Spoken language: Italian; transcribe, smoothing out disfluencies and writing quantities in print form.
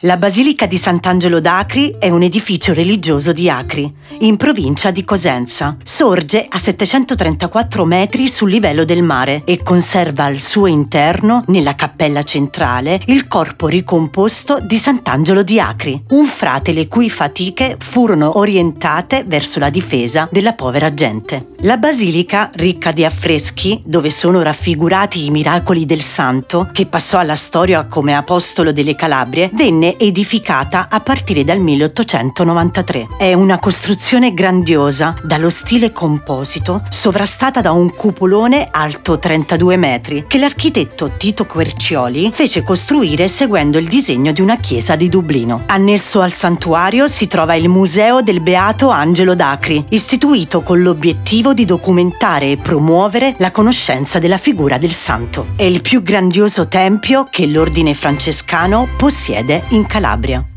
La Basilica di Sant'Angelo d'Acri è un edificio religioso di Acri, in provincia di Cosenza. Sorge a 734 metri sul livello del mare e conserva al suo interno, nella cappella centrale, il corpo ricomposto di Sant'Angelo di Acri, un frate le cui fatiche furono orientate verso la difesa della povera gente. La basilica, ricca di affreschi, dove sono raffigurati i miracoli del santo, che passò alla storia come apostolo delle Calabrie, venne edificata a partire dal 1893. È una costruzione grandiosa, dallo stile composito, sovrastata da un cupolone alto 32 metri, che l'architetto Tito Quercioli fece costruire seguendo il disegno di una chiesa di Dublino. Annesso al santuario si trova il Museo del Beato Angelo d'Acri, istituito con l'obiettivo di documentare e promuovere la conoscenza della figura del santo. È il più grandioso tempio che l'ordine francescano possiede in Calabria.